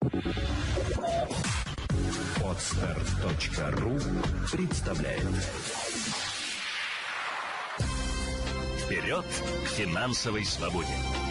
Podster.ru представляет. Вперед к финансовой свободе!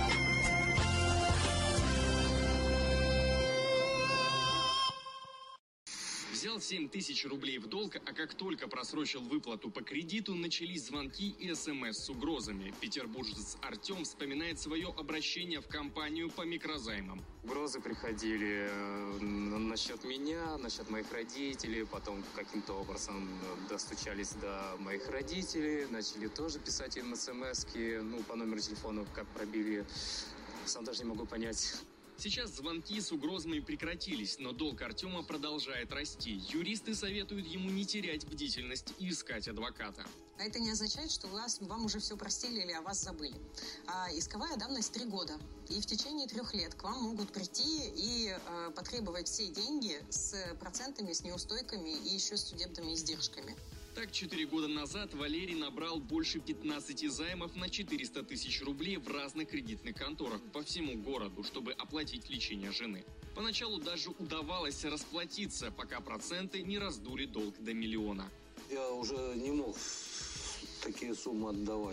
Взял 7 тысяч рублей в долг, а как только просрочил выплату по кредиту, начались звонки и СМС с угрозами. Петербуржец Артем вспоминает свое обращение в компанию по микрозаймам. Угрозы приходили насчет меня, насчет моих родителей, потом каким-то образом достучались до моих родителей, начали тоже писать им СМСки, по номеру телефона, как пробили, сам даже не могу понять. Сейчас звонки с угрозами прекратились, но долг Артема продолжает расти. Юристы советуют ему не терять бдительность и искать адвоката. А это не означает, что вам уже все простили или о вас забыли. Исковая давность 3 года. И в течение 3 лет к вам могут прийти и потребовать все деньги с процентами, с неустойками и еще с судебными издержками. Так, 4 года назад Валерий набрал больше 15 займов на 400 тысяч рублей в разных кредитных конторах по всему городу, чтобы оплатить лечение жены. Поначалу даже удавалось расплатиться, пока проценты не раздули долг до 1 миллиона. Я уже не мог такие суммы отдавать.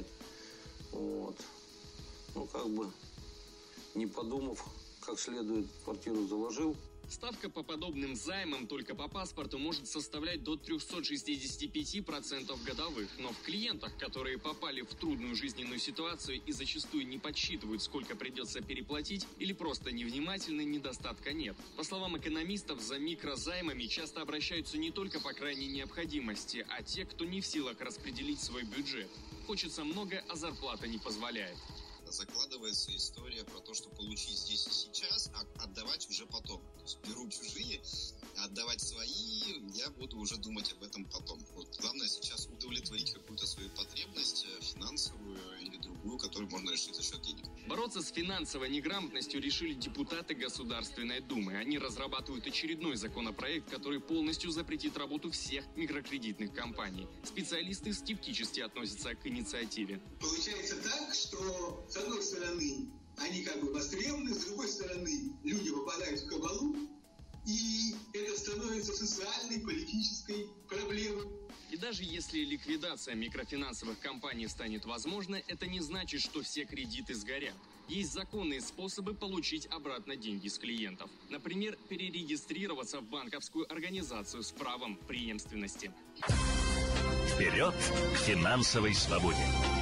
Не подумав, как следует, квартиру заложил. Ставка по подобным займам только по паспорту может составлять до 365% годовых. Но в клиентах, которые попали в трудную жизненную ситуацию и зачастую не подсчитывают, сколько придется переплатить, или просто невнимательны, недостатка нет. По словам экономистов, за микрозаймами часто обращаются не только по крайней необходимости, а те, кто не в силах распределить свой бюджет. Хочется много, а зарплата не позволяет. Закладывается история про то, что получить здесь и сейчас, а отдавать уже потом. То есть беру чужие, а отдавать свои, я буду уже думать об этом потом. Главное сейчас удовлетворить какую-то свою потребность, финансовую или другую, которую можно решить за счет денег. Бороться с финансовой неграмотностью решили депутаты Государственной Думы. Они разрабатывают очередной законопроект, который полностью запретит работу всех микрокредитных компаний. Специалисты скептически относятся к инициативе. Получается так, что с одной стороны они востребованы, с другой стороны люди попадают в кабалу, и это становится социальной, политической проблемой. И даже если ликвидация микрофинансовых компаний станет возможной, это не значит, что все кредиты сгорят. Есть законные способы получить обратно деньги с клиентов. Например, перерегистрироваться в банковскую организацию с правом преемственности. Вперед к финансовой свободе!